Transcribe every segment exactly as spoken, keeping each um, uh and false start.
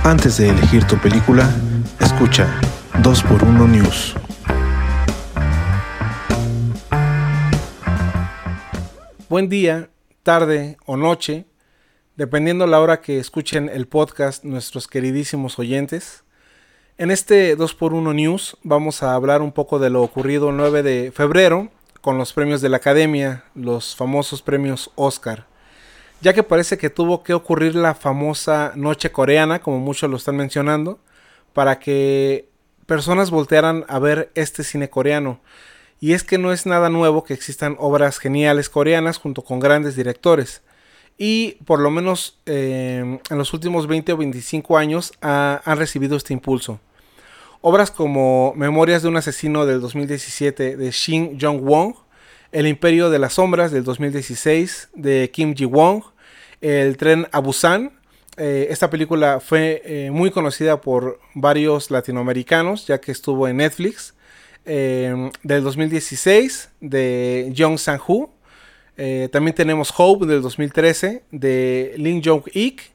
Antes de elegir tu película, escucha dos por uno News. Buen día, tarde o noche, dependiendo la hora que escuchen el podcast nuestros queridísimos oyentes. En este dos por uno News vamos a hablar un poco de lo ocurrido el nueve de febrero con los premios de la Academia, los famosos premios Oscar. Ya que parece que tuvo que ocurrir la famosa noche coreana, como muchos lo están mencionando, para que personas voltearan a ver este cine coreano. Y es que no es nada nuevo que existan obras geniales coreanas junto con grandes directores. Y por lo menos eh, en los últimos veinte o veinticinco años ha, han recibido este impulso. Obras como Memorias de un asesino del dos mil diecisiete de Shin Jong-won, El imperio de las sombras del dos mil dieciséis de Kim Ji-won, El tren a Busan. Eh, esta película fue eh, muy conocida por varios latinoamericanos ya que estuvo en Netflix. Eh, del dos mil dieciséis de Jung Sang-ho. Eh, también tenemos Hope del dos mil trece de Lim Jong-ik.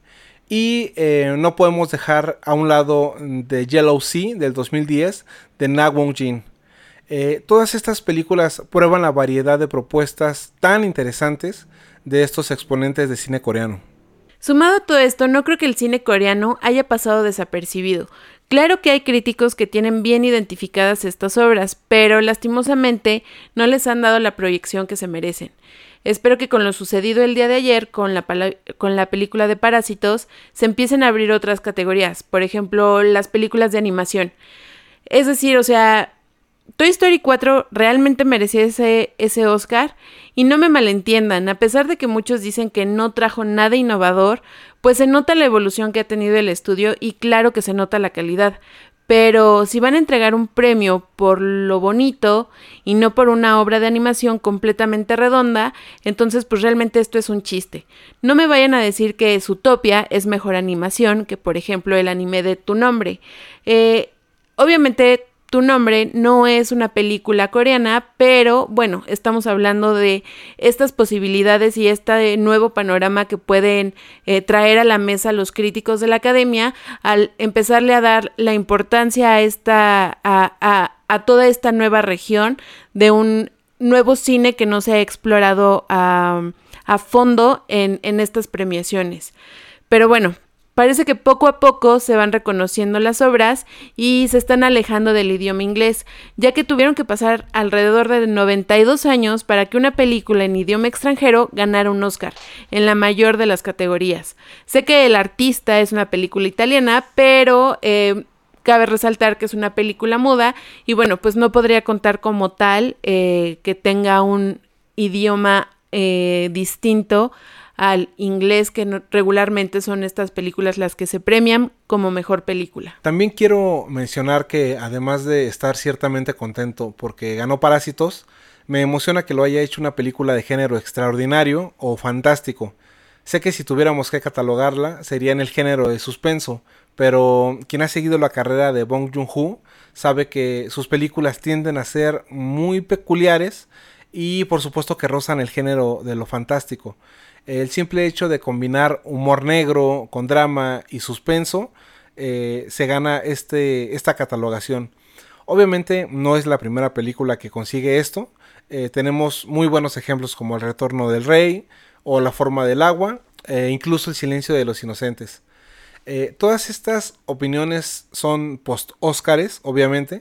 Y eh, no podemos dejar a un lado de Yellow Sea del dos mil diez de Na Won-jin. Eh, todas estas películas prueban la variedad de propuestas tan interesantes de estos exponentes de cine coreano. Sumado a todo esto, no creo que el cine coreano haya pasado desapercibido. Claro que hay críticos que tienen bien identificadas estas obras, pero lastimosamente no les han dado la proyección que se merecen. Espero que con lo sucedido el día de ayer con la, pala- con la película de Parásitos se empiecen a abrir otras categorías, por ejemplo, las películas de animación. Es decir, o sea, Toy Story cuatro realmente merecía ese, ese Oscar, y no me malentiendan, a pesar de que muchos dicen que no trajo nada innovador, pues se nota la evolución que ha tenido el estudio y claro que se nota la calidad. Pero si van a entregar un premio por lo bonito y no por una obra de animación completamente redonda, entonces pues realmente esto es un chiste. No me vayan a decir que Zootopia es mejor animación que, por ejemplo, el anime de Tu Nombre. Eh, obviamente Tu Nombre no es una película coreana, pero bueno, estamos hablando de estas posibilidades y este nuevo panorama que pueden eh, traer a la mesa los críticos de la Academia al empezarle a dar la importancia a esta a, a, a toda esta nueva región de un nuevo cine que no se ha explorado a, a fondo en, en estas premiaciones. Pero bueno, parece que poco a poco se van reconociendo las obras y se están alejando del idioma inglés, ya que tuvieron que pasar alrededor de noventa y dos años para que una película en idioma extranjero ganara un Oscar, en la mayor de las categorías. Sé que El Artista es una película italiana, pero eh, cabe resaltar que es una película muda y bueno, pues no podría contar como tal eh, que tenga un idioma eh, distinto al inglés, que no, regularmente son estas películas las que se premian como mejor película. También quiero mencionar que además de estar ciertamente contento porque ganó Parásitos, me emociona que lo haya hecho una película de género extraordinario o fantástico. Sé que si tuviéramos que catalogarla sería en el género de suspenso, pero quien ha seguido la carrera de Bong Joon-ho sabe que sus películas tienden a ser muy peculiares y por supuesto que rozan el género de lo fantástico. El simple hecho de combinar humor negro con drama y suspenso eh, se gana este, esta catalogación. Obviamente no es la primera película que consigue esto. Eh, tenemos muy buenos ejemplos como El Retorno del Rey o La Forma del Agua, e incluso El Silencio de los Inocentes. Eh, todas estas opiniones son post-Óscares, obviamente.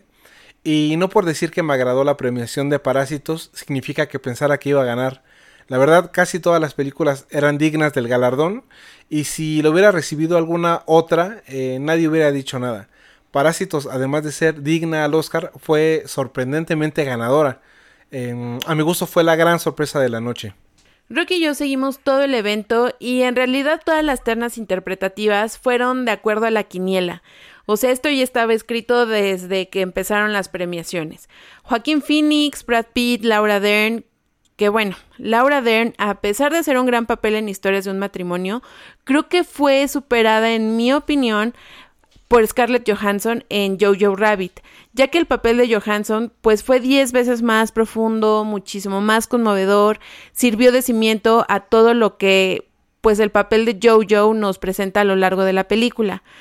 Y no por decir que me agradó la premiación de Parásitos significa que pensara que iba a ganar. La verdad, casi todas las películas eran dignas del galardón y si lo hubiera recibido alguna otra, eh, nadie hubiera dicho nada. Parásitos, además de ser digna al Oscar, fue sorprendentemente ganadora. Eh, a mi gusto fue la gran sorpresa de la noche. Rocky y yo seguimos todo el evento y en realidad todas las ternas interpretativas fueron de acuerdo a la quiniela. O sea, esto ya estaba escrito desde que empezaron las premiaciones. Joaquín Phoenix, Brad Pitt, Laura Dern. Que bueno, Laura Dern, a pesar de hacer un gran papel en Historias de un matrimonio, creo que fue superada, en mi opinión, por Scarlett Johansson en Jojo Rabbit, ya que el papel de Johansson pues fue diez veces más profundo, muchísimo más conmovedor, sirvió de cimiento a todo lo que pues el papel de Jojo nos presenta a lo largo de la película.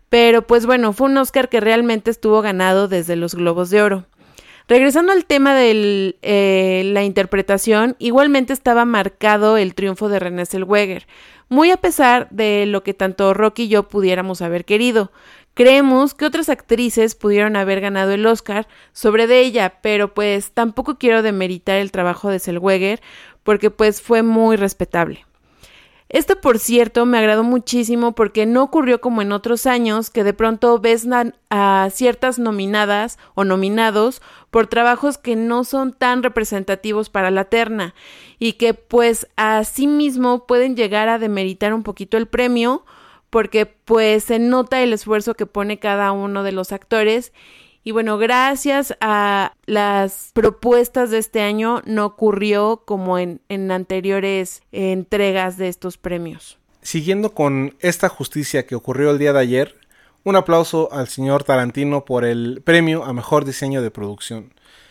pero pues bueno, fue un Oscar que realmente estuvo ganado desde los Globos de Oro. Regresando al tema de eh, la interpretación, igualmente estaba marcado el triunfo de Renée Zellweger, muy a pesar de lo que tanto Rocky y yo pudiéramos haber querido. Creemos que otras actrices pudieron haber ganado el Oscar sobre de ella, pero pues tampoco quiero demeritar el trabajo de Zellweger porque pues fue muy respetable. Esto, por cierto, me agradó muchísimo porque no ocurrió como en otros años que de pronto ves a ciertas nominadas o nominados por trabajos que no son tan representativos para la terna y que pues así mismo pueden llegar a demeritar un poquito el premio porque pues se nota el esfuerzo que pone cada uno de los actores. Y bueno, gracias a las propuestas de este año no ocurrió como en, en anteriores eh, entregas de estos premios. Siguiendo con esta justicia que ocurrió el día de ayer, un aplauso al señor Tarantino por el premio a mejor diseño de producción.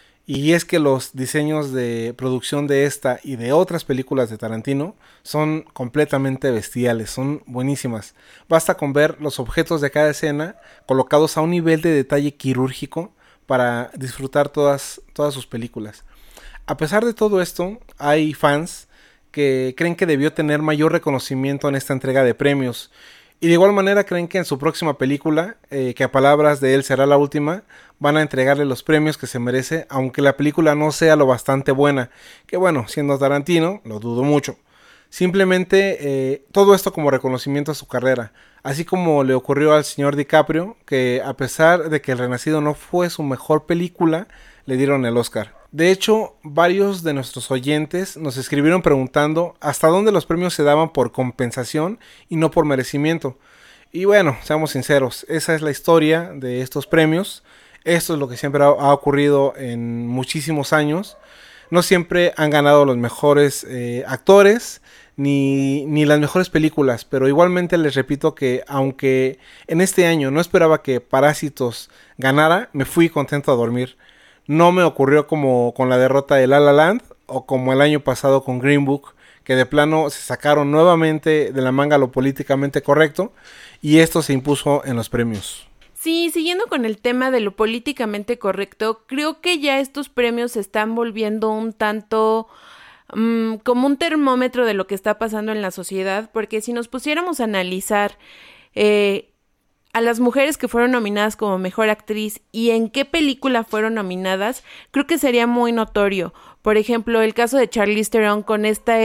Y es que los diseños de producción de esta y de otras películas de Tarantino son completamente bestiales, son buenísimas. Basta con ver los objetos de cada escena colocados a un nivel de detalle quirúrgico para disfrutar todas, todas sus películas. A pesar de todo esto, hay fans que creen que debió tener mayor reconocimiento en esta entrega de premios. Y de igual manera creen que en su próxima película, eh, que a palabras de él será la última, van a entregarle los premios que se merece, aunque la película no sea lo bastante buena, que bueno, siendo Tarantino, lo dudo mucho. Simplemente eh, todo esto como reconocimiento a su carrera, así como le ocurrió al señor DiCaprio, que a pesar de que El Renacido no fue su mejor película, le dieron el Oscar. De hecho, varios de nuestros oyentes nos escribieron preguntando hasta dónde los premios se daban por compensación y no por merecimiento. Y bueno, seamos sinceros, esa es la historia de estos premios. Esto es lo que siempre ha, ha ocurrido en muchísimos años. No siempre han ganado los mejores eh, actores ni, ni las mejores películas, pero igualmente les repito que aunque en este año no esperaba que Parásitos ganara, me fui contento a dormir. No me ocurrió como con la derrota de La La Land o como el año pasado con Green Book, que de plano se sacaron nuevamente de la manga lo políticamente correcto y esto se impuso en los premios. Sí, siguiendo con el tema de lo políticamente correcto, creo que ya estos premios se están volviendo un tanto um, como un termómetro de lo que está pasando en la sociedad, porque si nos pusiéramos a analizar eh, a las mujeres que fueron nominadas como mejor actriz y en qué película fueron nominadas, creo que sería muy notorio. Por ejemplo, el caso de Charlize Theron con esta,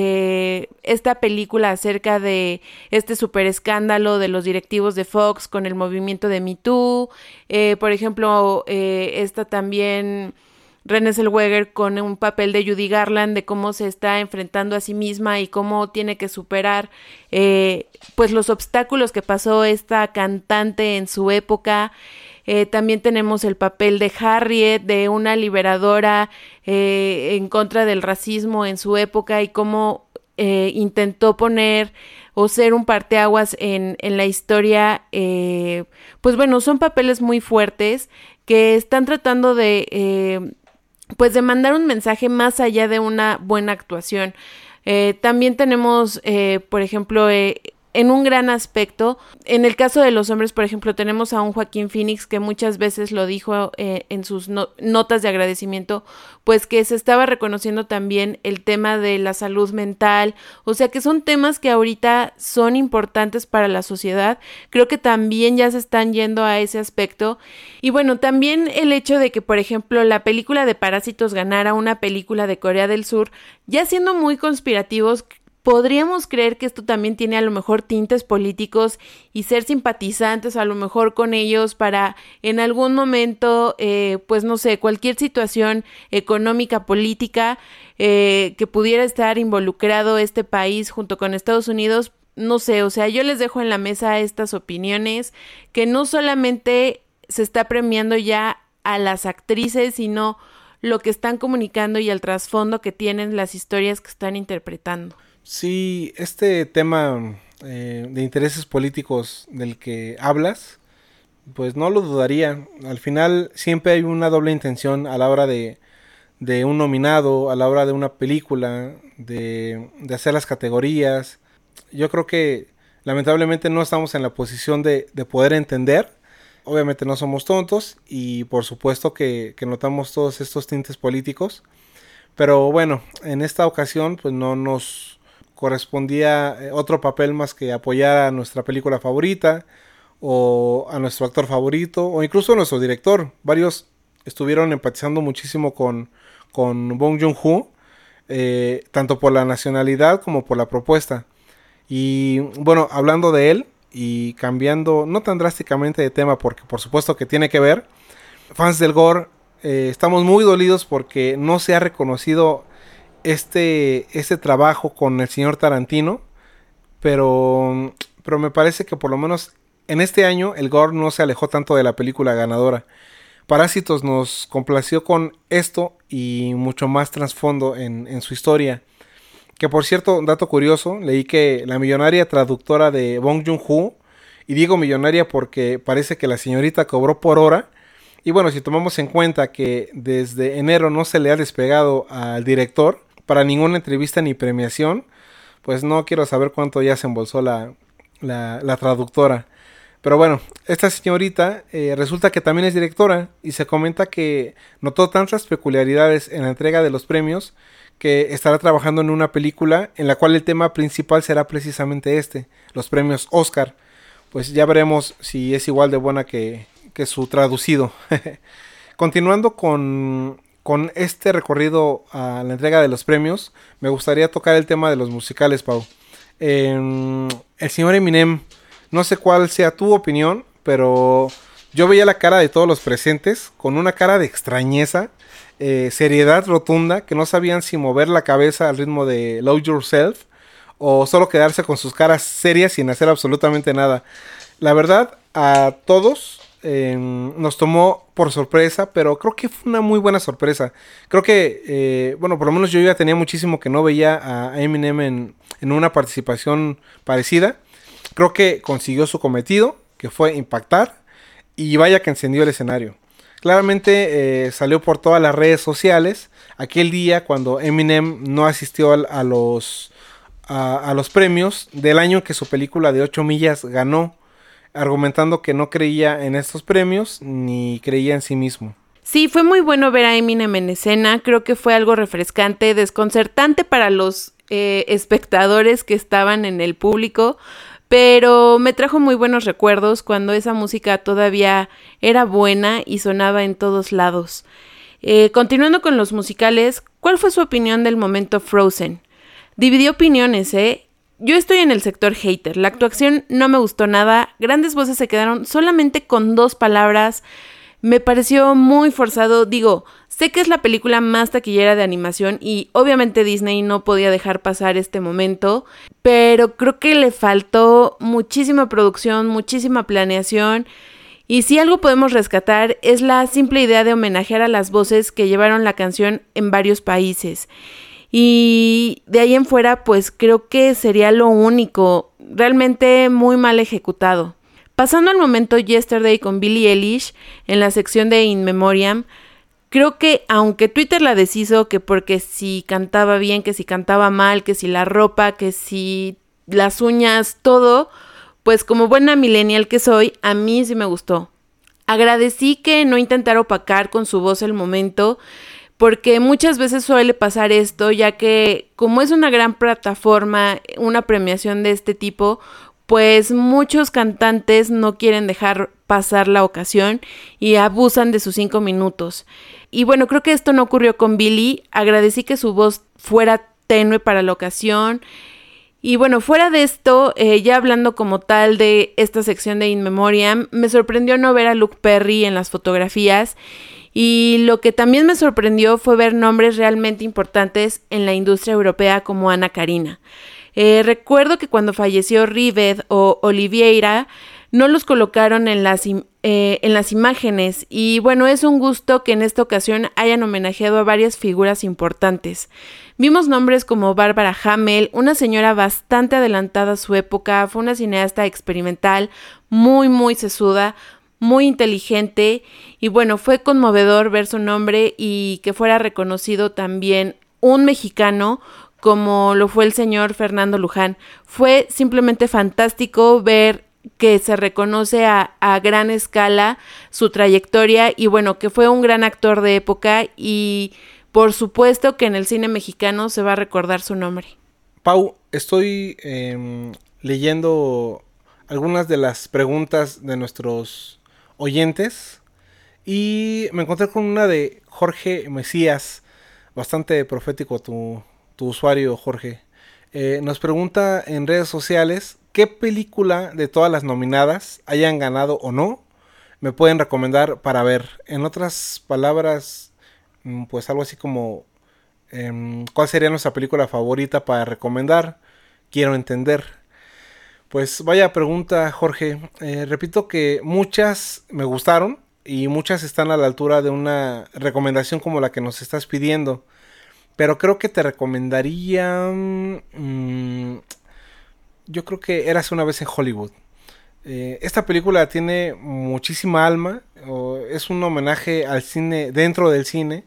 eh, esta película acerca de este super escándalo de los directivos de Fox con el movimiento de Me Too. Eh, por ejemplo, eh, esta también Renée Zellweger con un papel de Judy Garland, de cómo se está enfrentando a sí misma y cómo tiene que superar eh, pues los obstáculos que pasó esta cantante en su época. Eh, también tenemos el papel de Harriet, de una liberadora eh, en contra del racismo en su época y cómo eh, intentó poner o ser un parteaguas en, en la historia. Eh, pues bueno, son papeles muy fuertes que están tratando de eh, pues de mandar un mensaje más allá de una buena actuación. Eh, también tenemos, eh, por ejemplo, eh, en un gran aspecto, en el caso de los hombres, por ejemplo, tenemos a un Joaquín Phoenix que muchas veces lo dijo eh, en sus no- notas de agradecimiento, pues que se estaba reconociendo también el tema de la salud mental, o sea que son temas que ahorita son importantes para la sociedad. Creo que también ya se están yendo a ese aspecto. Y bueno, también el hecho de que, por ejemplo, la película de Parásitos ganara una película de Corea del Sur, ya siendo muy conspirativos, podríamos creer que esto también tiene a lo mejor tintes políticos y ser simpatizantes a lo mejor con ellos para en algún momento, eh, pues no sé, cualquier situación económica, política eh, que pudiera estar involucrado este país junto con Estados Unidos, no sé, o sea, yo les dejo en la mesa estas opiniones que no solamente se está premiando ya a las actrices, sino lo que están comunicando y el trasfondo que tienen las historias que están interpretando. Sí, este tema eh, de intereses políticos del que hablas, pues no lo dudaría. Al final siempre hay una doble intención a la hora de, de un nominado, a la hora de una película, de, de hacer las categorías. Yo creo que lamentablemente no estamos en la posición de, de poder entender. Obviamente no somos tontos y por supuesto que, que notamos todos estos tintes políticos. Pero bueno, en esta ocasión pues no nos correspondía otro papel más que apoyar a nuestra película favorita o a nuestro actor favorito o incluso a nuestro director. Varios estuvieron empatizando muchísimo con, con Bong Joon-ho, eh, tanto por la nacionalidad como por la propuesta. Y bueno, hablando de él y cambiando no tan drásticamente de tema, porque por supuesto que tiene que ver, fans del gore, eh, estamos muy dolidos porque no se ha reconocido este, este trabajo con el señor Tarantino, pero, pero me parece que por lo menos en este año el gore no se alejó tanto de la película ganadora. Parásitos nos complació con esto y mucho más trasfondo en, en su historia. Que por cierto, un dato curioso, leí que la millonaria traductora de Bong Joon-ho, y digo millonaria porque parece que la señorita cobró por hora, y bueno, si tomamos en cuenta que desde enero no se le ha despegado al director para ninguna entrevista ni premiación, pues no quiero saber cuánto ya se embolsó la, la, la traductora. Pero bueno, esta señorita eh, resulta que también es directora y se comenta que notó tantas peculiaridades en la entrega de los premios que estará trabajando en una película en la cual el tema principal será precisamente este, los premios Oscar. Pues ya veremos si es igual de buena que, que su traducido. Continuando con, con este recorrido a la entrega de los premios, me gustaría tocar el tema de los musicales, Pau. Eh, el señor Eminem, no sé cuál sea tu opinión, pero yo veía la cara de todos los presentes con una cara de extrañeza, eh, seriedad rotunda, que no sabían si mover la cabeza al ritmo de Love Yourself o solo quedarse con sus caras serias sin hacer absolutamente nada. La verdad, a todos eh, nos tomó por sorpresa, pero creo que fue una muy buena sorpresa. Creo que, eh, bueno, por lo menos yo ya tenía muchísimo que no veía a Eminem en, en una participación parecida. Creo que consiguió su cometido, que fue impactar, y vaya que encendió el escenario. Claramente eh, salió por todas las redes sociales aquel día cuando Eminem no asistió a, a, los, a, a los premios del año que su película de ocho millas ganó, argumentando que no creía en estos premios ni creía en sí mismo. Sí, fue muy bueno ver a Eminem en escena, creo que fue algo refrescante, desconcertante para los eh, espectadores que estaban en el público, pero me trajo muy buenos recuerdos cuando esa música todavía era buena y sonaba en todos lados. Eh, continuando con los musicales, ¿cuál fue su opinión del momento Frozen? Dividió opiniones, ¿eh? Yo estoy en el sector hater, la actuación no me gustó nada, grandes voces se quedaron solamente con dos palabras, me pareció muy forzado, digo, sé que es la película más taquillera de animación y obviamente Disney no podía dejar pasar este momento, pero creo que le faltó muchísima producción, muchísima planeación y si algo podemos rescatar es la simple idea de homenajear a las voces que llevaron la canción en varios países. Y de ahí en fuera, pues creo que sería lo único, realmente muy mal ejecutado. Pasando al momento Yesterday con Billie Eilish, en la sección de In Memoriam, creo que aunque Twitter la deshizo, que porque si cantaba bien, que si cantaba mal, que si la ropa, que si las uñas, todo, pues como buena millennial que soy, a mí sí me gustó. Agradecí que no intentara opacar con su voz el momento, porque muchas veces suele pasar esto, ya que como es una gran plataforma, una premiación de este tipo, pues muchos cantantes no quieren dejar pasar la ocasión y abusan de sus cinco minutos. Y bueno, creo que esto no ocurrió con Billie, agradecí que su voz fuera tenue para la ocasión. Y bueno, fuera de esto, eh, ya hablando como tal de esta sección de In Memoriam, me sorprendió no ver a Luke Perry en las fotografías. Y lo que también me sorprendió fue ver nombres realmente importantes en la industria europea como Ana Karina. Eh, recuerdo que cuando falleció Rived o Oliveira, no los colocaron en las, im- eh, en las imágenes y bueno, es un gusto que en esta ocasión hayan homenajeado a varias figuras importantes. Vimos nombres como Bárbara Hamel, una señora bastante adelantada a su época, fue una cineasta experimental, muy muy sesuda, muy inteligente y bueno, fue conmovedor ver su nombre y que fuera reconocido también un mexicano como lo fue el señor Fernando Luján. Fue simplemente fantástico ver que se reconoce a, a gran escala su trayectoria y bueno, que fue un gran actor de época y por supuesto que en el cine mexicano se va a recordar su nombre. Pau, estoy eh, leyendo algunas de las preguntas de nuestros oyentes y me encontré con una de Jorge Mesías, bastante profético tu, tu usuario, Jorge. Eh, nos pregunta en redes sociales qué película de todas las nominadas, hayan ganado o no, me pueden recomendar para ver. En otras palabras, pues algo así como eh, ¿cuál sería nuestra película favorita para recomendar? Quiero entender. Pues vaya pregunta, Jorge. Eh, repito que muchas me gustaron y muchas están a la altura de una recomendación como la que nos estás pidiendo. Pero creo que te recomendaría... Mmm, yo creo que Érase una vez en Hollywood. Eh, esta película tiene muchísima alma. O es un homenaje al cine dentro del cine.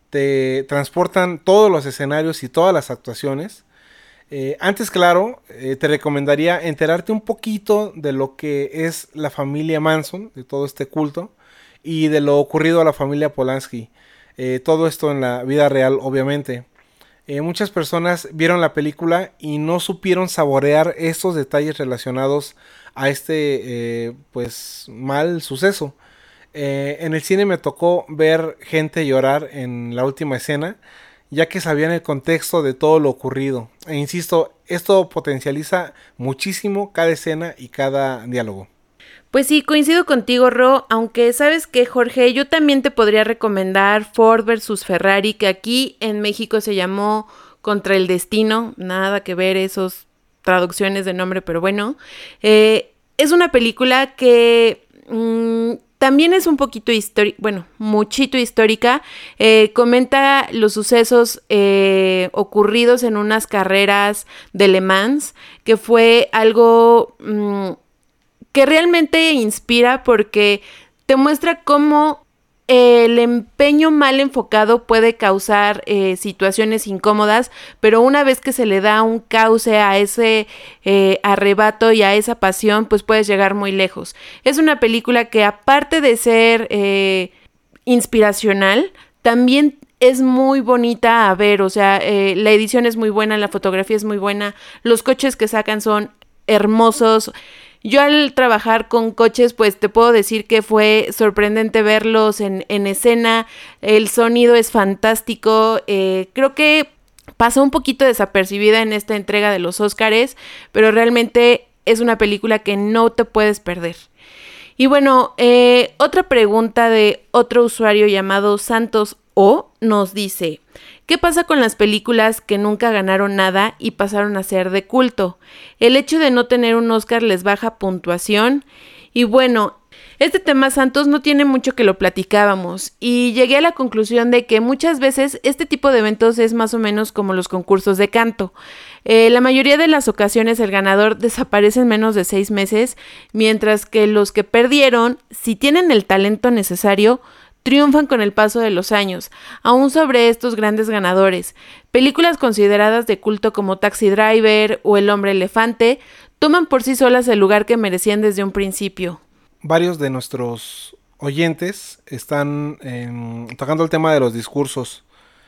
Te transportan todos los escenarios y todas las actuaciones. Eh, antes, claro, eh, te recomendaría enterarte un poquito de lo que es la familia Manson, de todo este culto, y de lo ocurrido a la familia Polanski. Eh, todo esto en la vida real, obviamente. Eh, muchas personas vieron la película y no supieron saborear estos detalles relacionados a este, eh, pues, mal suceso. Eh, en el cine me tocó ver gente llorar en la última escena, ya que sabían el contexto de todo lo ocurrido. E insisto, esto potencializa muchísimo cada escena y cada diálogo. Pues sí, coincido contigo, Ro, aunque sabes que, Jorge, yo también te podría recomendar Ford versus Ferrari, que aquí en México se llamó Contra el Destino, nada que ver esos traducciones de nombre, pero bueno. Eh, es una película que... Mmm, también es un poquito histórica, bueno, muchito histórica. Eh, comenta los sucesos eh, ocurridos en unas carreras de Le Mans, que fue algo mmm, que realmente inspira porque te muestra cómo el empeño mal enfocado puede causar eh, situaciones incómodas, pero una vez que se le da un cauce a ese eh, arrebato y a esa pasión, pues puedes llegar muy lejos. Es una película que aparte de ser eh, inspiracional, también es muy bonita a ver, o sea, eh, la edición es muy buena, la fotografía es muy buena, los coches que sacan son hermosos. Yo al trabajar con coches, pues te puedo decir que fue sorprendente verlos en, en escena, el sonido es fantástico, eh, creo que pasó un poquito desapercibida en esta entrega de los Óscares, pero realmente es una película que no te puedes perder. Y bueno, eh, otra pregunta de otro usuario llamado Santos O nos dice: ¿qué pasa con las películas que nunca ganaron nada y pasaron a ser de culto? ¿El hecho de no tener un Oscar les baja puntuación? Y bueno, este tema, Santos, no tiene mucho que lo platicábamos y llegué a la conclusión de que muchas veces este tipo de eventos es más o menos como los concursos de canto. Eh, la mayoría de las ocasiones el ganador desaparece en menos de seis meses, mientras que los que perdieron, si tienen el talento necesario, triunfan con el paso de los años. Aún sobre estos grandes ganadores, películas consideradas de culto como Taxi Driver o El Hombre Elefante toman por sí solas el lugar que merecían desde un principio. Varios de nuestros oyentes están eh, tocando el tema de los discursos.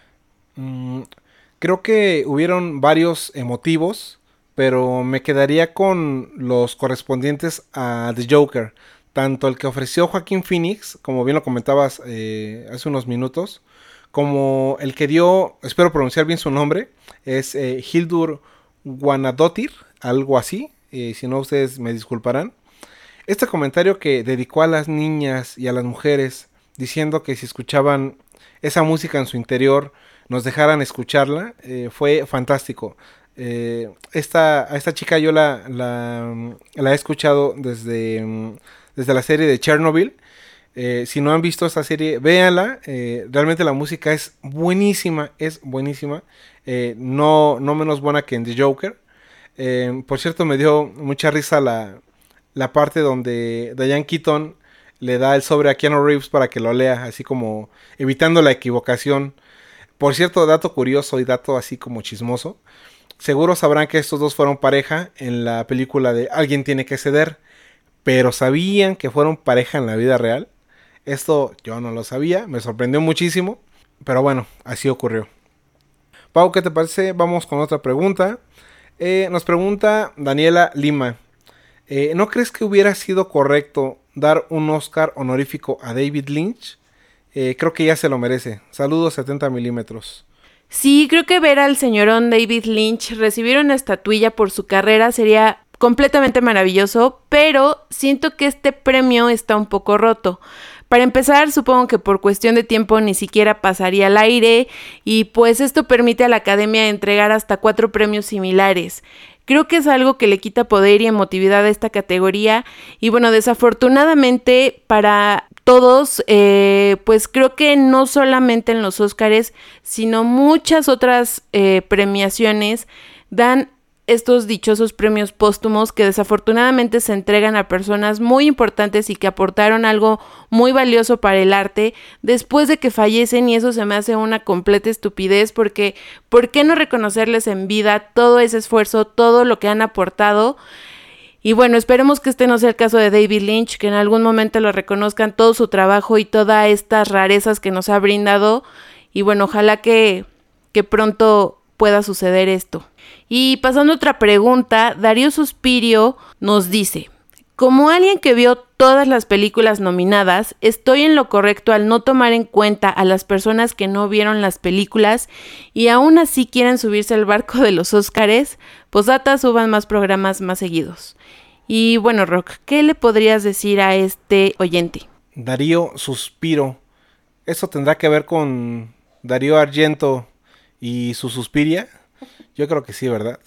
Mm, creo que hubieron varios emotivos, pero me quedaría con los correspondientes a The Joker. Tanto el que ofreció Joaquín Phoenix, como bien lo comentabas eh, hace unos minutos, como el que dio, espero pronunciar bien su nombre, es eh, Hildur Guðnadóttir, algo así, eh, si no ustedes me disculparán. Este comentario que dedicó a las niñas y a las mujeres, diciendo que si escuchaban esa música en su interior, nos dejaran escucharla, eh, fue fantástico. Eh, esta, a esta chica yo la, la, la he escuchado desde... desde la serie de Chernobyl. Eh, si no han visto esta serie, véanla. Eh, realmente la música es buenísima, es buenísima. Eh, no, no menos buena que en The Joker. Eh, por cierto, me dio mucha risa la, la parte donde Diane Keaton le da el sobre a Keanu Reeves para que lo lea, así como evitando la equivocación. Por cierto, dato curioso y dato así como chismoso. Seguro sabrán que estos dos fueron pareja en la película de Alguien tiene que ceder. Pero ¿sabían que fueron pareja en la vida real? Esto yo no lo sabía, me sorprendió muchísimo. Pero bueno, así ocurrió. Pau, ¿qué te parece? Vamos con otra pregunta. Eh, nos pregunta Daniela Lima. Eh, ¿No crees que hubiera sido correcto dar un Oscar honorífico a David Lynch? Eh, creo que ya se lo merece. Saludos setenta milímetros. Sí, creo que ver al señorón David Lynch recibir una estatuilla por su carrera sería completamente maravilloso, pero siento que este premio está un poco roto. Para empezar, supongo que por cuestión de tiempo ni siquiera pasaría al aire y pues esto permite a la academia entregar hasta cuatro premios similares. Creo que es algo que le quita poder y emotividad a esta categoría y bueno, desafortunadamente para todos, eh, pues creo que no solamente en los Óscares, sino muchas otras eh, premiaciones dan estos dichosos premios póstumos que desafortunadamente se entregan a personas muy importantes y que aportaron algo muy valioso para el arte después de que fallecen, y eso se me hace una completa estupidez porque ¿por qué no reconocerles en vida todo ese esfuerzo, todo lo que han aportado? Y bueno, esperemos que este no sea el caso de David Lynch, que en algún momento lo reconozcan todo su trabajo y todas estas rarezas que nos ha brindado, y bueno, ojalá que, que pronto pueda suceder esto. Y pasando a otra pregunta, Darío Suspirio nos dice: como alguien que vio todas las películas nominadas, ¿estoy en lo correcto al no tomar en cuenta a las personas que no vieron las películas y aún así quieren subirse al barco de los Óscares? Posdata, suban más programas más seguidos. Y bueno, Rock, ¿qué le podrías decir a este oyente? Darío Suspiro. ¿Eso tendrá que ver con Darío Argento y su Suspiria? Yo creo que sí, ¿verdad?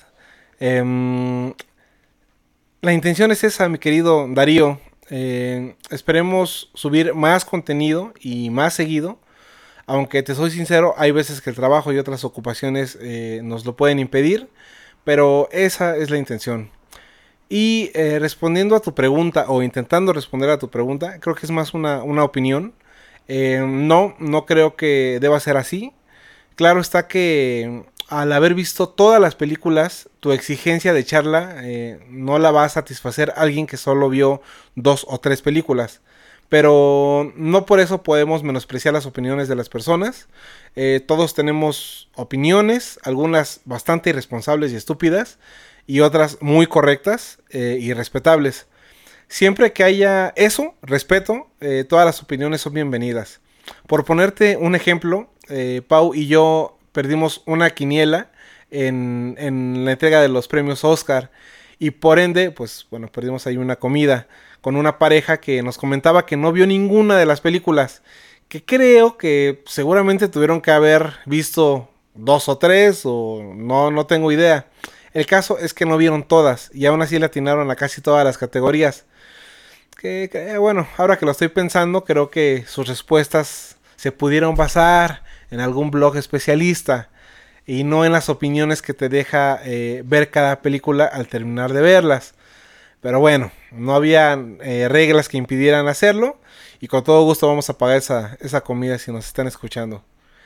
Eh, la intención es esa, mi querido Darío. Eh, esperemos subir más contenido y más seguido. Aunque te soy sincero, hay veces que el trabajo y otras ocupaciones eh, nos lo pueden impedir. Pero esa es la intención. Y eh, respondiendo a tu pregunta, o intentando responder a tu pregunta, creo que es más una, una opinión. Eh, no, no creo que deba ser así. Claro está que al haber visto todas las películas, tu exigencia de echarla eh, no la va a satisfacer alguien que solo vio dos o tres películas. Pero no por eso podemos menospreciar las opiniones de las personas. Eh, todos tenemos opiniones, algunas bastante irresponsables y estúpidas, y otras muy correctas eh, y respetables. Siempre que haya eso, respeto, eh, todas las opiniones son bienvenidas. Por ponerte un ejemplo, eh, Pau y yo perdimos una quiniela en, en la entrega de los premios Oscar, y por ende, pues bueno, perdimos ahí una comida con una pareja que nos comentaba que no vio ninguna de las películas, que creo que seguramente tuvieron que haber visto dos o tres, o no, no tengo idea. El caso es que no vieron todas y aún así le atinaron a casi todas las categorías. Que, que bueno, ahora que lo estoy pensando, creo que sus respuestas se pudieron basar en algún blog especialista y no en las opiniones que te deja eh, ver cada película al terminar de verlas. Pero bueno, no había eh, reglas que impidieran hacerlo, y con todo gusto vamos a pagar esa, esa comida si nos están escuchando.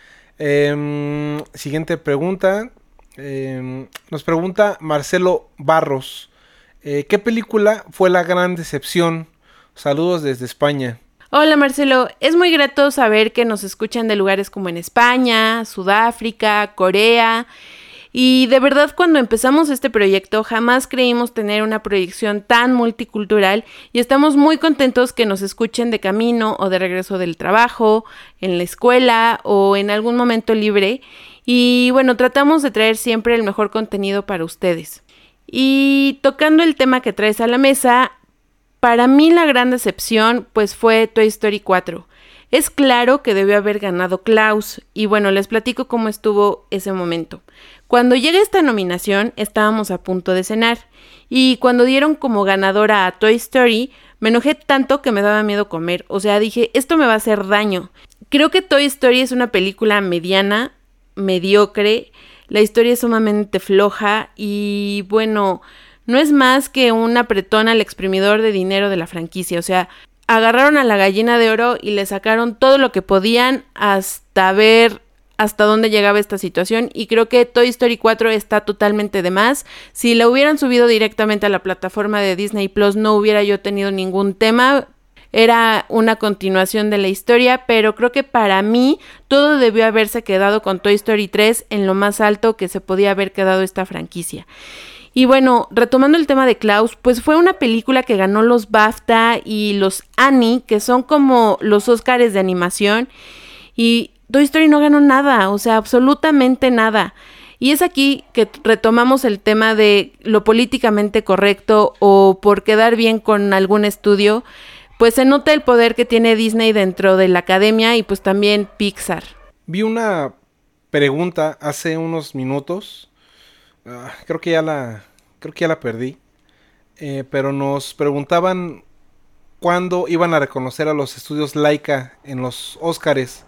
Eh, siguiente pregunta. Eh, nos pregunta Marcelo Barros. Eh, ¿Qué película fue la gran decepción? Saludos desde España. Hola Marcelo, es muy grato saber que nos escuchan de lugares como en España, Sudáfrica, Corea. Y de verdad, cuando empezamos este proyecto jamás creímos tener una proyección tan multicultural, y estamos muy contentos que nos escuchen de camino o de regreso del trabajo, en la escuela o en algún momento libre. Y bueno, tratamos de traer siempre el mejor contenido para ustedes. Y tocando el tema que traes a la mesa, para mí la gran decepción pues fue Toy Story cuatro. Es claro que debió haber ganado Klaus, y bueno, les platico cómo estuvo ese momento. Cuando llegué a esta nominación estábamos a punto de cenar, y cuando dieron como ganadora a Toy Story me enojé tanto que me daba miedo comer. O sea, dije, esto me va a hacer daño. Creo que Toy Story es una película mediana, mediocre, la historia es sumamente floja y bueno, no es más que un apretón al exprimidor de dinero de la franquicia. O sea, agarraron a la gallina de oro y le sacaron todo lo que podían hasta ver hasta dónde llegaba esta situación y creo que Toy Story cuatro está totalmente de más. Si la hubieran subido directamente a la plataforma de Disney Plus no hubiera yo tenido ningún tema, era una continuación de la historia, pero creo que para mí todo debió haberse quedado con Toy Story tres en lo más alto que se podía haber quedado esta franquicia. Y bueno, retomando el tema de Klaus, pues fue una película que ganó los BAFTA y los Annie, que son como los Óscares de animación, y Toy Story no ganó nada, o sea, absolutamente nada. Y es aquí que retomamos el tema de lo políticamente correcto o por quedar bien con algún estudio, pues se nota el poder que tiene Disney dentro de la academia y pues también Pixar. Vi una pregunta hace unos minutos, uh, creo que ya la, creo que ya la perdí, eh, pero nos preguntaban cuándo iban a reconocer a los estudios Laika en los Óscares.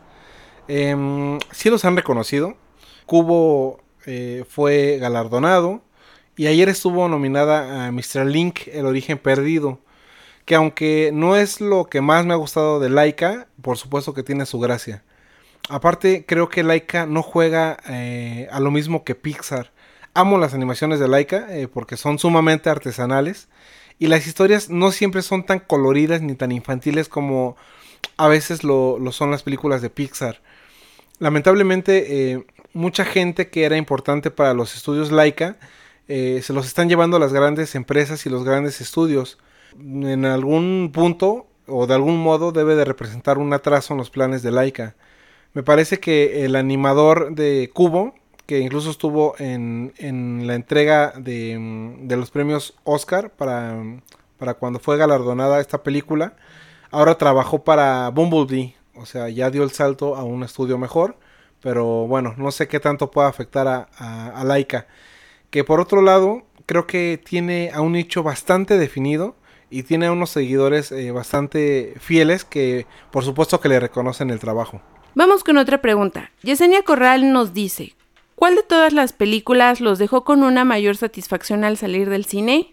Eh, sí los han reconocido. Kubo eh, fue galardonado y ayer estuvo nominada a mister Link, El origen perdido, que aunque no es lo que más me ha gustado de Laika, por supuesto que tiene su gracia. Aparte creo que Laika no juega eh, a lo mismo que Pixar. Amo las animaciones de Laika eh, porque son sumamente artesanales y las historias no siempre son tan coloridas ni tan infantiles como a veces lo, lo son las películas de Pixar. Lamentablemente eh, mucha gente que era importante para los estudios Laika eh, se los están llevando las grandes empresas y los grandes estudios. En algún punto o de algún modo debe de representar un atraso en los planes de Laika. Me parece que el animador de Kubo, que incluso estuvo en, en la entrega de, de los premios Oscar para, para cuando fue galardonada esta película, ahora trabajó para Bumblebee. O sea, ya dio el salto a un estudio mejor. Pero bueno, no sé qué tanto puede afectar a, a, a Laika. Que por otro lado, creo que tiene a un nicho bastante definido. Y tiene a unos seguidores eh, bastante fieles que por supuesto que le reconocen el trabajo. Vamos con otra pregunta. Yesenia Corral nos dice, ¿cuál de todas las películas los dejó con una mayor satisfacción al salir del cine?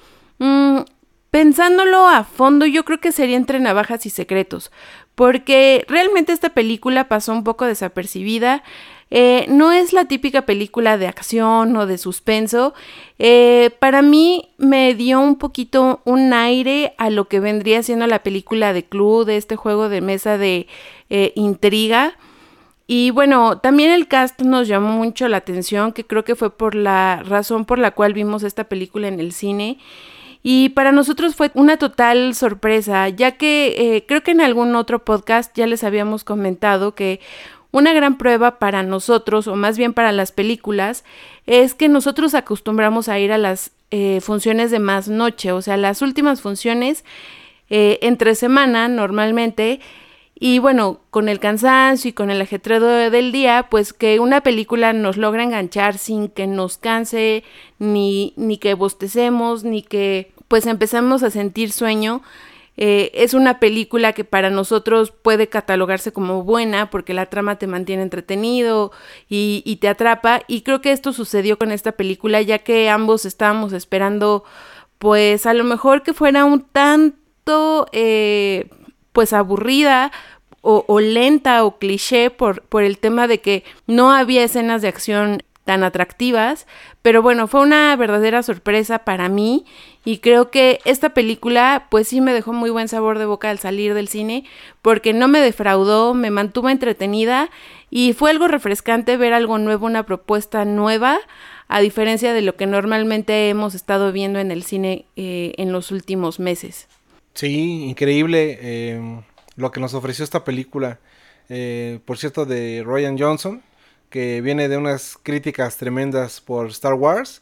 Mm, pensándolo a fondo, yo creo que sería Entre navajas y secretos, porque realmente esta película pasó un poco desapercibida. Eh, no es la típica película de acción o de suspenso. Eh, para mí me dio un poquito un aire a lo que vendría siendo la película de Clue, de este juego de mesa de eh, intriga. Y bueno, también el cast nos llamó mucho la atención, que creo que fue por la razón por la cual vimos esta película en el cine. Y para nosotros fue una total sorpresa, ya que eh, creo que en algún otro podcast ya les habíamos comentado que una gran prueba para nosotros, o más bien para las películas, es que nosotros acostumbramos a ir a las eh, funciones de más noche, o sea, las últimas funciones eh, entre semana normalmente. Y bueno, con el cansancio y con el ajetreo del día, pues que una película nos logra enganchar sin que nos canse, ni, ni que bostecemos, ni que pues empezamos a sentir sueño. Eh, es una película que para nosotros puede catalogarse como buena porque la trama te mantiene entretenido y, y te atrapa. Y creo que esto sucedió con esta película, ya que ambos estábamos esperando pues a lo mejor que fuera un tanto eh, pues aburrida o, o lenta o cliché por, por el tema de que no había escenas de acción tan atractivas, pero bueno, fue una verdadera sorpresa para mí y creo que esta película pues sí me dejó muy buen sabor de boca al salir del cine porque no me defraudó, me mantuvo entretenida y fue algo refrescante ver algo nuevo, una propuesta nueva, a diferencia de lo que normalmente hemos estado viendo en el cine eh, en los últimos meses. Sí, increíble eh, lo que nos ofreció esta película, eh, por cierto, de Rian Johnson, que viene de unas críticas tremendas por Star Wars,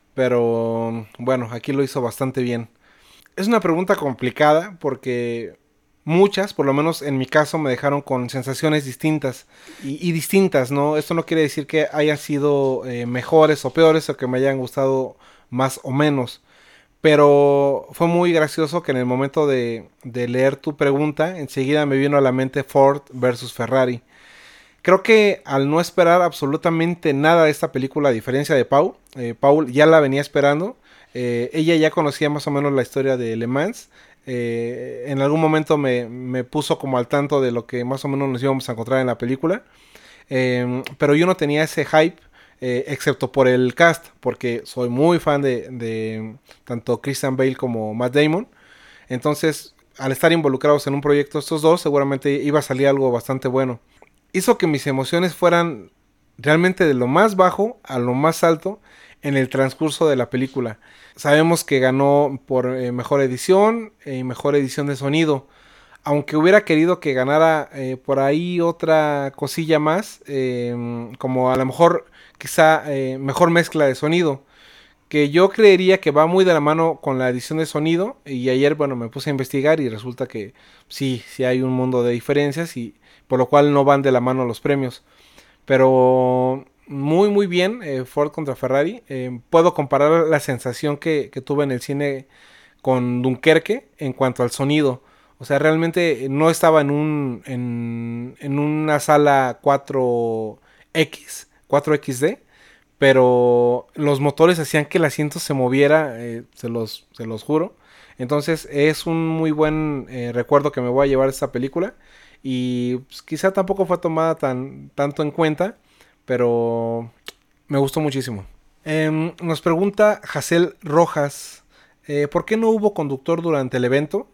pero bueno, aquí lo hizo bastante bien. Es una pregunta complicada porque muchas, por lo menos en mi caso, me dejaron con sensaciones distintas y, y distintas, ¿no? Esto no quiere decir que hayan sido eh, mejores o peores o que me hayan gustado más o menos, pero fue muy gracioso que en el momento de, de leer tu pregunta, enseguida me vino a la mente Ford versus Ferrari. Creo que al no esperar absolutamente nada de esta película, a diferencia de Pau, eh, Paul ya la venía esperando, eh, ella ya conocía más o menos la historia de Le Mans, eh, en algún momento me, me puso como al tanto de lo que más o menos nos íbamos a encontrar en la película, eh, pero yo no tenía ese hype, eh, excepto por el cast, porque soy muy fan de, de tanto Christian Bale como Matt Damon. Entonces, al estar involucrados en un proyecto estos dos, seguramente iba a salir algo bastante bueno. Hizo que mis emociones fueran realmente de lo más bajo a lo más alto en el transcurso de la película. Sabemos que ganó por eh, mejor edición y eh, mejor edición de sonido. Aunque hubiera querido que ganara eh, por ahí otra cosilla más, eh, como a lo mejor quizá eh, mejor mezcla de sonido, que yo creería que va muy de la mano con la edición de sonido. Y ayer, bueno, me puse a investigar y resulta que sí, sí hay un mundo de diferencias, y por lo cual no van de la mano los premios. Pero muy muy bien, eh, Ford contra Ferrari. Eh, puedo comparar la sensación que, que tuve en el cine con Dunkerque en cuanto al sonido. O sea, realmente no estaba en un en, en una sala cuatro equis, cuatro equis de, pero los motores hacían que el asiento se moviera, eh, se los se los juro. Entonces es un muy buen eh, recuerdo que me voy a llevar de esta película, y pues, quizá tampoco fue tomada tan tanto en cuenta, pero me gustó muchísimo. Eh, nos pregunta Jacel Rojas, eh, ¿por qué no hubo conductor durante el evento?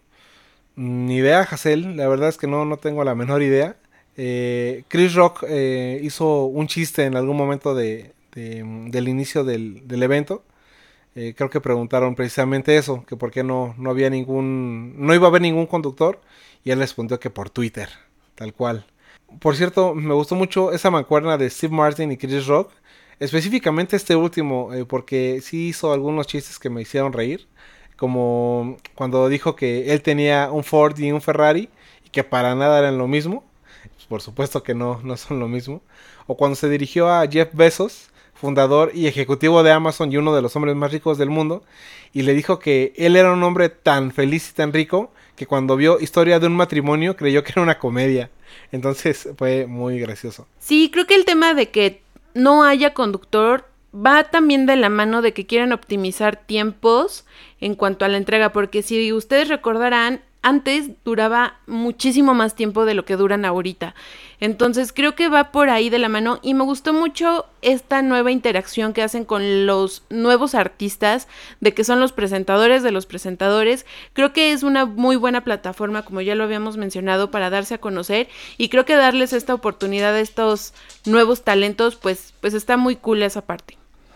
Ni idea, Hassel, la verdad es que no, no tengo la menor idea. Eh, Chris Rock eh, hizo un chiste en algún momento de, de, del inicio del, del evento. Eh, creo que preguntaron precisamente eso, que por qué no, no había ningún, no iba a haber ningún conductor, y él respondió que por Twitter, tal cual. Por cierto, me gustó mucho esa mancuerna de Steve Martin y Chris Rock, específicamente este último, eh, porque sí hizo algunos chistes que me hicieron reír. Como cuando dijo que él tenía un Ford y un Ferrari y que para nada eran lo mismo. Pues por supuesto que no, no son lo mismo. O cuando se dirigió a Jeff Bezos, fundador y ejecutivo de Amazon y uno de los hombres más ricos del mundo, y le dijo que él era un hombre tan feliz y tan rico que cuando vio Historia de un matrimonio creyó que era una comedia. Entonces fue muy gracioso. Sí, creo que el tema de que no haya conductor va también de la mano de que quieren optimizar tiempos en cuanto a la entrega, porque si ustedes recordarán, antes duraba muchísimo más tiempo de lo que duran ahorita. Entonces creo que va por ahí de la mano, y me gustó mucho esta nueva interacción que hacen con los nuevos artistas, de que son los presentadores de los presentadores. Creo que es una muy buena plataforma, como ya lo habíamos mencionado, para darse a conocer, y creo que darles esta oportunidad a estos nuevos talentos, pues, pues está muy cool esa parte.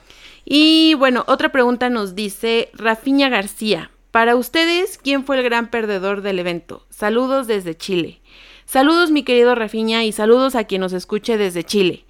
Y bueno, otra pregunta nos dice Rafiña García. Para ustedes, ¿quién fue el gran perdedor del evento? Saludos desde Chile. Saludos, mi querido Rafiña, y saludos a quien nos escuche desde Chile.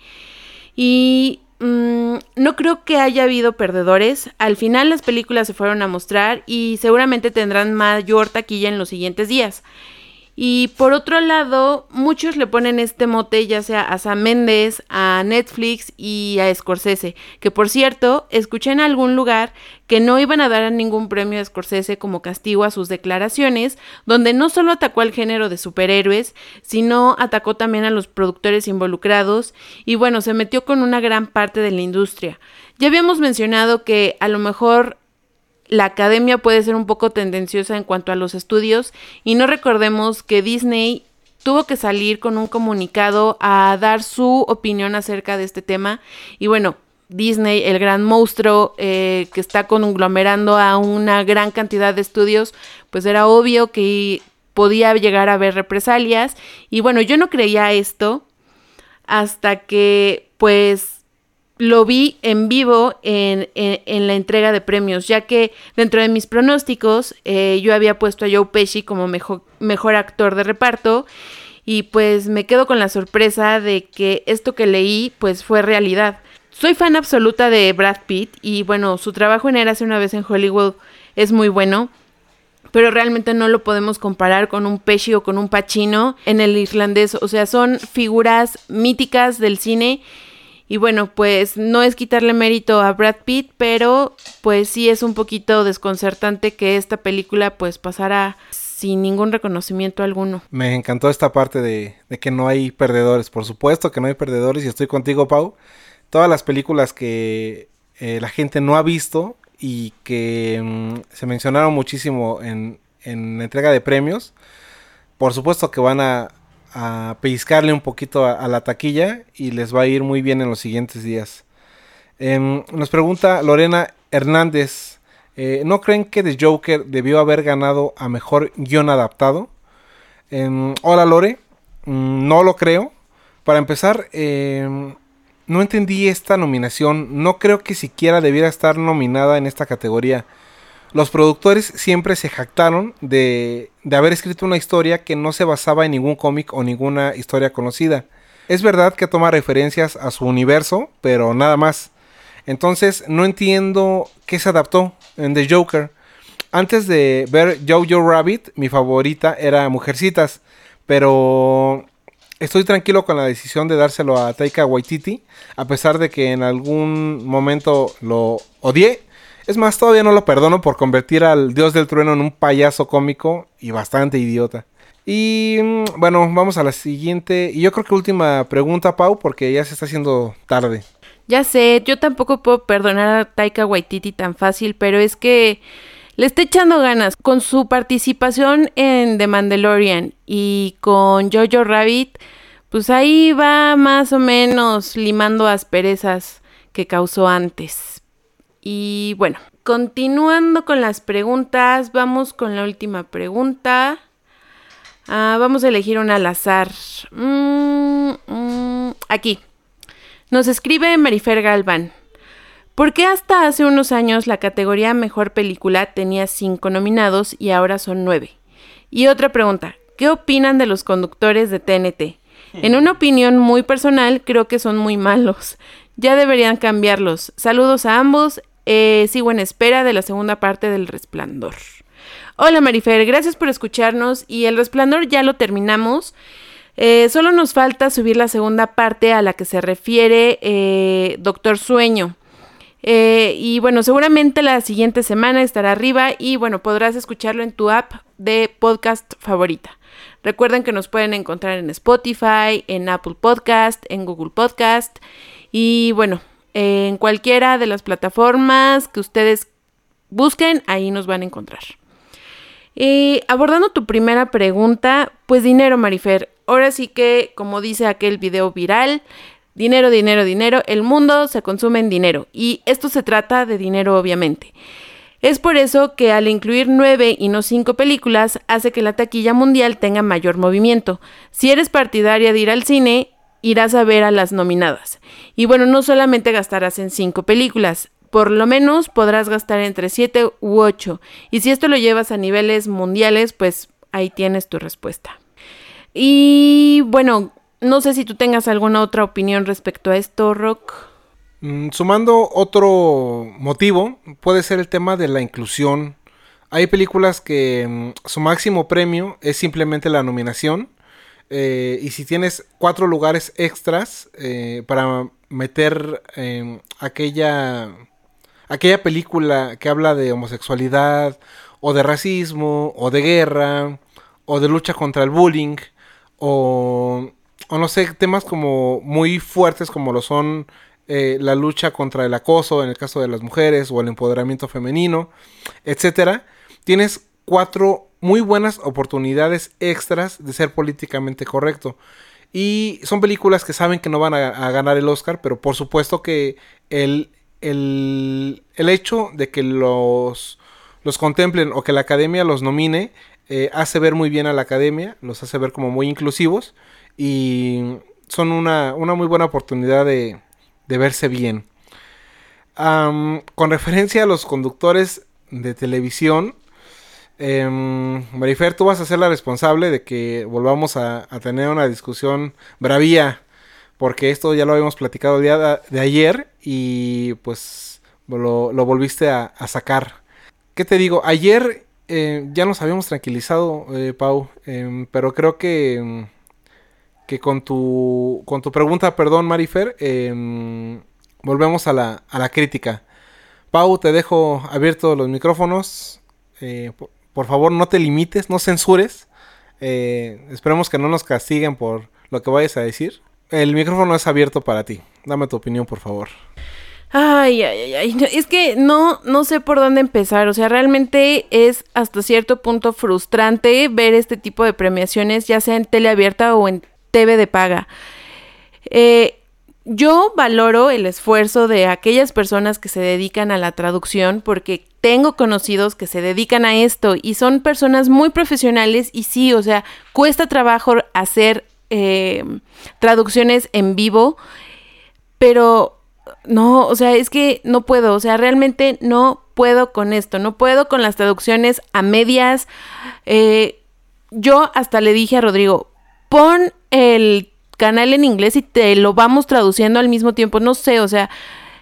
Y mmm, no creo que haya habido perdedores. Al final las películas se fueron a mostrar y seguramente tendrán mayor taquilla en los siguientes días. Y por otro lado, muchos le ponen este mote ya sea a Sam Mendes, a Netflix y a Scorsese, que por cierto, escuché en algún lugar que no iban a dar ningún premio a Scorsese como castigo a sus declaraciones, donde no solo atacó al género de superhéroes, sino atacó también a los productores involucrados, y bueno, se metió con una gran parte de la industria. Ya habíamos mencionado que a lo mejor la academia puede ser un poco tendenciosa en cuanto a los estudios, y no recordemos que Disney tuvo que salir con un comunicado a dar su opinión acerca de este tema. Y bueno, Disney, el gran monstruo eh, que está conglomerando a una gran cantidad de estudios, pues era obvio que podía llegar a haber represalias. Y bueno, yo no creía esto hasta que pues lo vi en vivo en, en, en la entrega de premios, ya que dentro de mis pronósticos eh, yo había puesto a Joe Pesci como mejor, mejor actor de reparto, y pues me quedo con la sorpresa de que esto que leí pues fue realidad. Soy fan absoluta de Brad Pitt, y bueno, su trabajo en Érase una vez en Hollywood es muy bueno, pero realmente no lo podemos comparar con un Pesci o con un Pacino en El Irlandés. O sea, son figuras míticas del cine. Y bueno, pues no es quitarle mérito a Brad Pitt, pero pues sí es un poquito desconcertante que esta película pues pasara sin ningún reconocimiento alguno. Me encantó esta parte de, de que no hay perdedores. Por supuesto que no hay perdedores, y estoy contigo, Pau. Todas las películas que eh, la gente no ha visto y que mmm, se mencionaron muchísimo en, en entrega de premios, por supuesto que van a, a pellizcarle un poquito a, a la taquilla y les va a ir muy bien en los siguientes días. Eh, nos pregunta Lorena Hernández, eh, ¿no creen que The Joker debió haber ganado a mejor guión adaptado? Eh, hola Lore, mm, no lo creo. Para empezar, eh, no entendí esta nominación, no creo que siquiera debiera estar nominada en esta categoría. Los productores siempre se jactaron de, de haber escrito una historia que no se basaba en ningún cómic o ninguna historia conocida. Es verdad que toma referencias a su universo, pero nada más. Entonces no entiendo qué se adaptó en The Joker. Antes de ver Jojo Rabbit, mi favorita era Mujercitas, pero estoy tranquilo con la decisión de dárselo a Taika Waititi, a pesar de que en algún momento lo odié. Es más, todavía no lo perdono por convertir al Dios del Trueno en un payaso cómico y bastante idiota. Y bueno, vamos a la siguiente y yo creo que última pregunta, Pau, porque ya se está haciendo tarde. Ya sé, yo tampoco puedo perdonar a Taika Waititi tan fácil, pero es que le está echando ganas. Con su participación en The Mandalorian y con Jojo Rabbit, pues ahí va más o menos limando asperezas que causó antes. Y bueno, continuando con las preguntas, vamos con la última pregunta. Ah, vamos a elegir una al azar. Mm, mm, aquí. Nos escribe Marifer Galván. ¿Por qué hasta hace unos años la categoría Mejor Película tenía cinco nominados y ahora son nueve? Y otra pregunta. ¿Qué opinan de los conductores de T N T? En una opinión muy personal, creo que son muy malos. Ya deberían cambiarlos. Saludos a ambos. Eh, sigo en espera de la segunda parte del Resplandor. Hola Marifer, gracias por escucharnos y el Resplandor ya lo terminamos. Eh, solo nos falta subir la segunda parte a la que se refiere eh, Doctor Sueño. Eh, y bueno, seguramente la siguiente semana estará arriba y bueno, podrás escucharlo en tu app de podcast favorita. Recuerden que nos pueden encontrar en Spotify, en Apple Podcast, en Google Podcast y bueno, en cualquiera de las plataformas que ustedes busquen, ahí nos van a encontrar. Y abordando tu primera pregunta, pues dinero, Marifer. Ahora sí que, como dice aquel video viral, dinero, dinero, dinero, el mundo se consume en dinero. Y esto se trata de dinero, obviamente. Es por eso que al incluir nueve y no cinco películas, hace que la taquilla mundial tenga mayor movimiento. Si eres partidaria de ir al cine, irás a ver a las nominadas. Y bueno, no solamente gastarás en cinco películas, por lo menos podrás gastar entre siete u ocho. Y si esto lo llevas a niveles mundiales, pues ahí tienes tu respuesta. Y bueno, no sé si tú tengas alguna otra opinión respecto a esto, Rock. Mm, sumando otro motivo, puede ser el tema de la inclusión. Hay películas que mm, su máximo premio es simplemente la nominación. Eh, y si tienes cuatro lugares extras eh, para meter eh, aquella, aquella película que habla de homosexualidad, o de racismo, o de guerra, o de lucha contra el bullying, o, o no sé, temas como muy fuertes como lo son eh, la lucha contra el acoso en el caso de las mujeres, o el empoderamiento femenino, etcétera. Tienes cuatro muy buenas oportunidades extras de ser políticamente correcto. Y son películas que saben que no van a, a ganar el Oscar, pero por supuesto que el, el, el hecho de que los, los contemplen o que la academia los nomine eh, hace ver muy bien a la academia, los hace ver como muy inclusivos y son una, una muy buena oportunidad de, de verse bien. Um, con referencia a los conductores de televisión, Eh, Marifer, tú vas a ser la responsable de que volvamos a, a tener una discusión bravía, porque esto ya lo habíamos platicado el día de, de ayer y pues lo, lo volviste a, a sacar. ¿Qué te digo? Ayer eh, ya nos habíamos tranquilizado, eh, Pau, eh, pero creo que, que con tu con tu pregunta, perdón, Marifer, eh, volvemos a la, a la crítica. Pau, te dejo abiertos los micrófonos. Eh, por, por favor, no te limites, no censures. Eh, esperemos que no nos castiguen por lo que vayas a decir. El micrófono es abierto para ti. Dame tu opinión, por favor. Ay, ay, ay, ay, no, es que no, no sé por dónde empezar, o sea, realmente es hasta cierto punto frustrante ver este tipo de premiaciones, ya sea en tele abierta o en T V de paga. Eh, yo valoro el esfuerzo de aquellas personas que se dedican a la traducción porque tengo conocidos que se dedican a esto y son personas muy profesionales y sí, o sea, cuesta trabajo hacer eh, traducciones en vivo, pero no, o sea, es que no puedo, o sea, realmente no puedo con esto, no puedo con las traducciones a medias. Eh, yo hasta le dije a Rodrigo, pon el canal en inglés y te lo vamos traduciendo al mismo tiempo, no sé, o sea,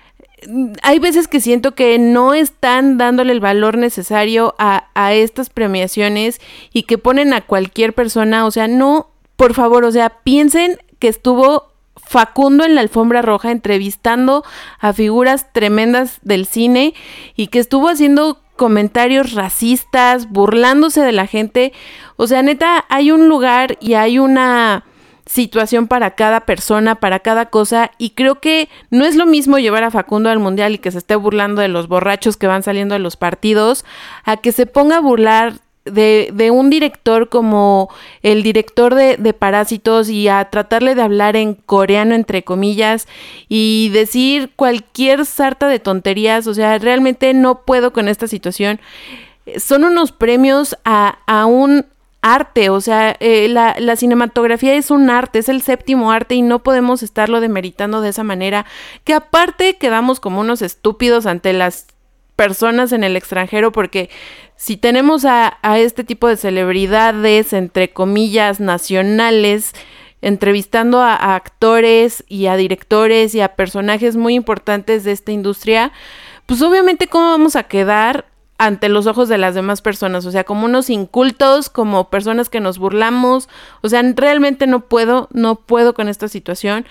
hay veces que siento que no están dándole el valor necesario a, a estas premiaciones y que ponen a cualquier persona, o sea, no, por favor, o sea, piensen que estuvo Facundo en la alfombra roja entrevistando a figuras tremendas del cine y que estuvo haciendo comentarios racistas, burlándose de la gente. O sea, neta, hay un lugar y hay una situación para cada persona, para cada cosa, y creo que no es lo mismo llevar a Facundo al mundial y que se esté burlando de los borrachos que van saliendo de los partidos, a que se ponga a burlar De, de un director como el director de, de Parásitos y a tratarle de hablar en coreano, entre comillas, y decir cualquier sarta de tonterías. O sea, realmente no puedo con esta situación. Son unos premios a, a un arte, o sea, eh, la, la cinematografía es un arte, es el séptimo arte y no podemos estarlo demeritando de esa manera, que aparte quedamos como unos estúpidos ante las personas en el extranjero, porque si tenemos a, a este tipo de celebridades, entre comillas, nacionales, entrevistando a, a actores y a directores y a personajes muy importantes de esta industria, pues obviamente cómo vamos a quedar ante los ojos de las demás personas, o sea, como unos incultos, como personas que nos burlamos, o sea, realmente no puedo, no puedo con esta situación.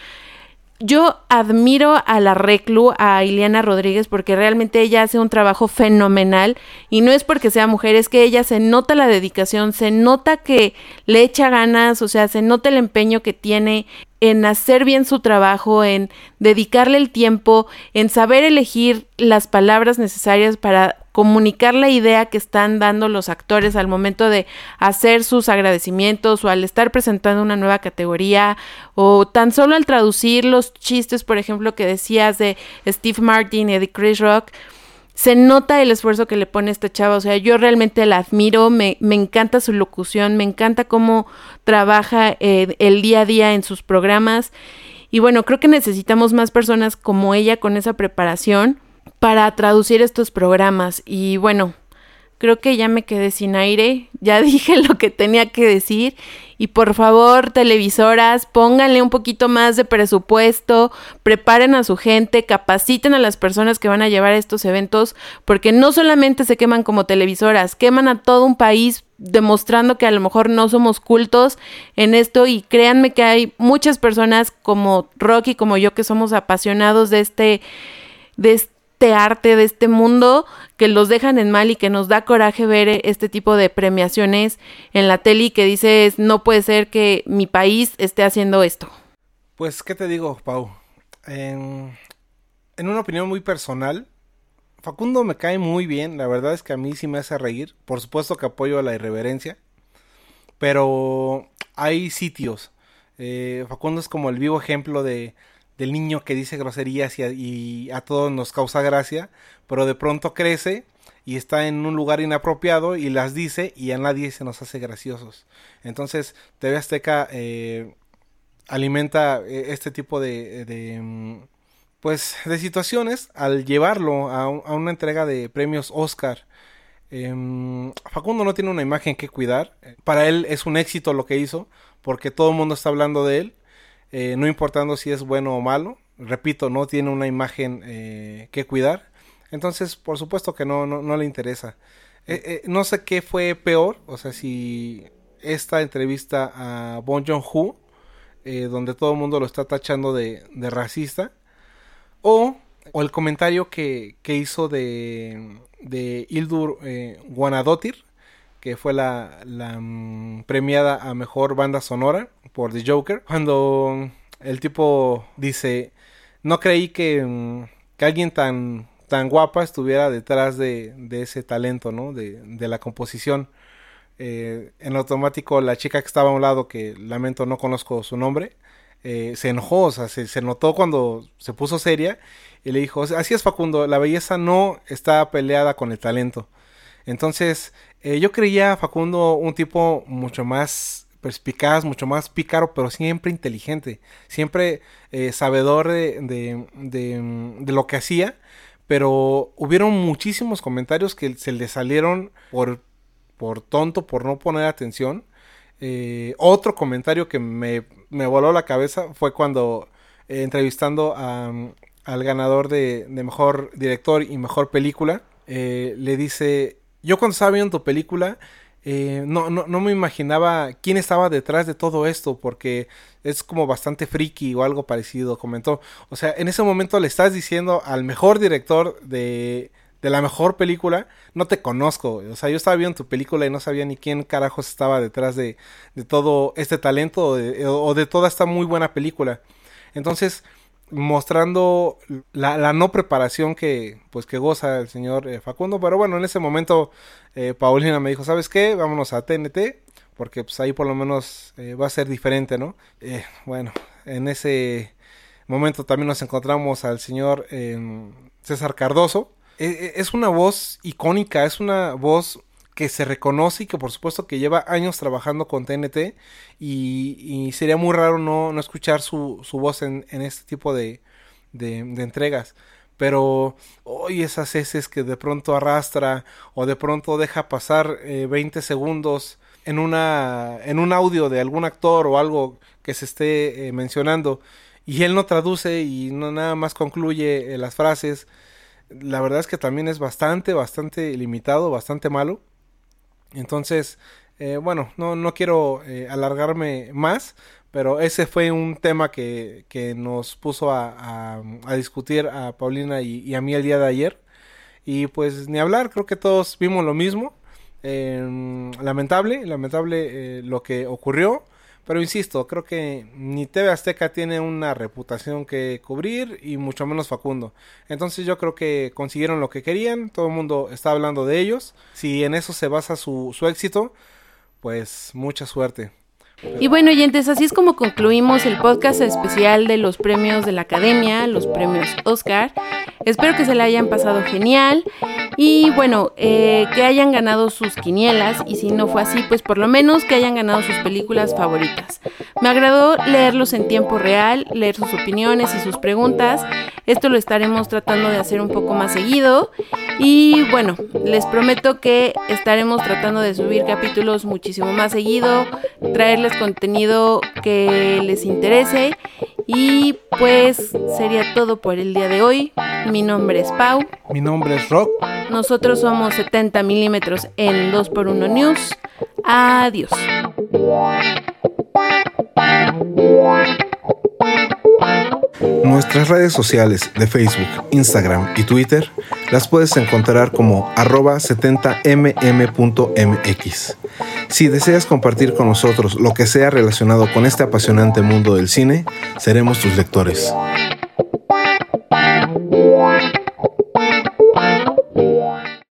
Yo admiro a la Reclu, a Ileana Rodríguez, porque realmente ella hace un trabajo fenomenal y no es porque sea mujer, es que ella se nota la dedicación, se nota que le echa ganas, o sea, se nota el empeño que tiene en hacer bien su trabajo, en dedicarle el tiempo, en saber elegir las palabras necesarias para comunicar la idea que están dando los actores al momento de hacer sus agradecimientos o al estar presentando una nueva categoría o tan solo al traducir los chistes, por ejemplo, que decías de Steve Martin y de Chris Rock. Se nota el esfuerzo que le pone esta chava, o sea, yo realmente la admiro, me, me encanta su locución, me encanta cómo trabaja eh, el día a día en sus programas y bueno, creo que necesitamos más personas como ella con esa preparación para traducir estos programas y bueno, creo que ya me quedé sin aire, ya dije lo que tenía que decir y por favor, televisoras, pónganle un poquito más de presupuesto, preparen a su gente, capaciten a las personas que van a llevar estos eventos, porque no solamente se queman como televisoras, queman a todo un país demostrando que a lo mejor no somos cultos en esto y créanme que hay muchas personas como Rocky, como yo, que somos apasionados de este, de este este arte, de este mundo, que los dejan en mal y que nos da coraje ver este tipo de premiaciones en la tele y que dices, no puede ser que mi país esté haciendo esto. Pues, ¿qué te digo, Pau? En, en una opinión muy personal, Facundo me cae muy bien, la verdad es que a mí sí me hace reír, por supuesto que apoyo a la irreverencia, pero hay sitios, eh, Facundo es como el vivo ejemplo de del niño que dice groserías y a, y a todos nos causa gracia, pero de pronto crece y está en un lugar inapropiado y las dice y a nadie se nos hace graciosos. Entonces T V Azteca eh, alimenta este tipo de, de pues de situaciones al llevarlo a, un, a una entrega de premios Oscar. Eh, Facundo no tiene una imagen que cuidar, para él es un éxito lo que hizo porque todo el mundo está hablando de él. Eh, no importando si es bueno o malo, repito, no tiene una imagen eh, que cuidar, entonces por supuesto que no, no, no le interesa. Eh, eh, no sé qué fue peor, o sea, si esta entrevista a Bong Joon-ho, eh, donde todo el mundo lo está tachando de, de racista, o, o el comentario que, que hizo de, de Hildur eh, Guðnadóttir, que fue la, la um, premiada a mejor banda sonora por The Joker, cuando el tipo dice, no creí que um, que alguien tan, tan guapa estuviera detrás de, de ese talento, ¿no? De, de la composición. Eh, en automático la chica que estaba a un lado, que lamento no conozco su nombre, eh, se enojó, o sea, se, se notó cuando se puso seria y le dijo, así es Facundo, la belleza no está peleada con el talento. Entonces eh, yo creía a Facundo un tipo mucho más perspicaz, mucho más pícaro, pero siempre inteligente, siempre eh, sabedor de, de, de, de lo que hacía, pero hubieron muchísimos comentarios que se le salieron por por tonto, por no poner atención. Eh, otro comentario que me, me voló la cabeza fue cuando eh, entrevistando a, al ganador de, de mejor director y mejor película, eh, le dice, yo cuando estaba viendo tu película, eh, no, no, no me imaginaba quién estaba detrás de todo esto, porque es como bastante friki o algo parecido, comentó. O sea, en ese momento le estás diciendo al mejor director de... de la mejor película, no te conozco, o sea, yo estaba viendo tu película y no sabía ni quién carajos estaba detrás de, de todo este talento o de, o de toda esta muy buena película. Entonces, mostrando la, la no preparación que, pues, que goza el señor eh, Facundo, pero bueno, en ese momento eh, Paulina me dijo, ¿sabes qué? Vámonos a T N T, porque pues ahí por lo menos eh, va a ser diferente, ¿no? Eh, bueno, en ese momento también nos encontramos al señor eh, César Cardoso. Es una voz icónica, es una voz que se reconoce y que por supuesto que lleva años trabajando con T N T y, y sería muy raro no, no escuchar su, su voz en, en este tipo de, de, de entregas. Pero hoy esas heces que de pronto arrastra o de pronto deja pasar eh, veinte segundos en, una, en un audio de algún actor o algo que se esté eh, mencionando y él no traduce y no nada más concluye eh, las frases. La verdad es que también es bastante, bastante limitado, bastante malo. Entonces, eh, bueno, no, no quiero eh, alargarme más, pero ese fue un tema que, que nos puso a, a, a discutir a Paulina y, y a mí el día de ayer. Y pues ni hablar, creo que todos vimos lo mismo. Eh, lamentable, lamentable eh, lo que ocurrió. Pero insisto, creo que ni T V Azteca tiene una reputación que cubrir y mucho menos Facundo. Entonces yo creo que consiguieron lo que querían, todo el mundo está hablando de ellos. Si en eso se basa su, su éxito, pues mucha suerte. Y bueno, oyentes, así es como concluimos el podcast especial de los premios de la Academia, los premios Oscar. Espero que se la hayan pasado genial y bueno, eh, que hayan ganado sus quinielas y si no fue así, pues por lo menos que hayan ganado sus películas favoritas. Me agradó leerlos en tiempo real, leer sus opiniones y sus preguntas. Esto lo estaremos tratando de hacer un poco más seguido y bueno, les prometo que estaremos tratando de subir capítulos muchísimo más seguido, traerles contenido que les interese y pues sería todo por el día de hoy. Mi nombre es Pau. Mi nombre es Rock. Nosotros somos setenta milímetros en dos por uno News. Adiós. Nuestras redes sociales de Facebook, Instagram y Twitter las puedes encontrar como arroba setenta m m punto m x. Si deseas compartir con nosotros lo que sea relacionado con este apasionante mundo del cine, seremos tus lectores.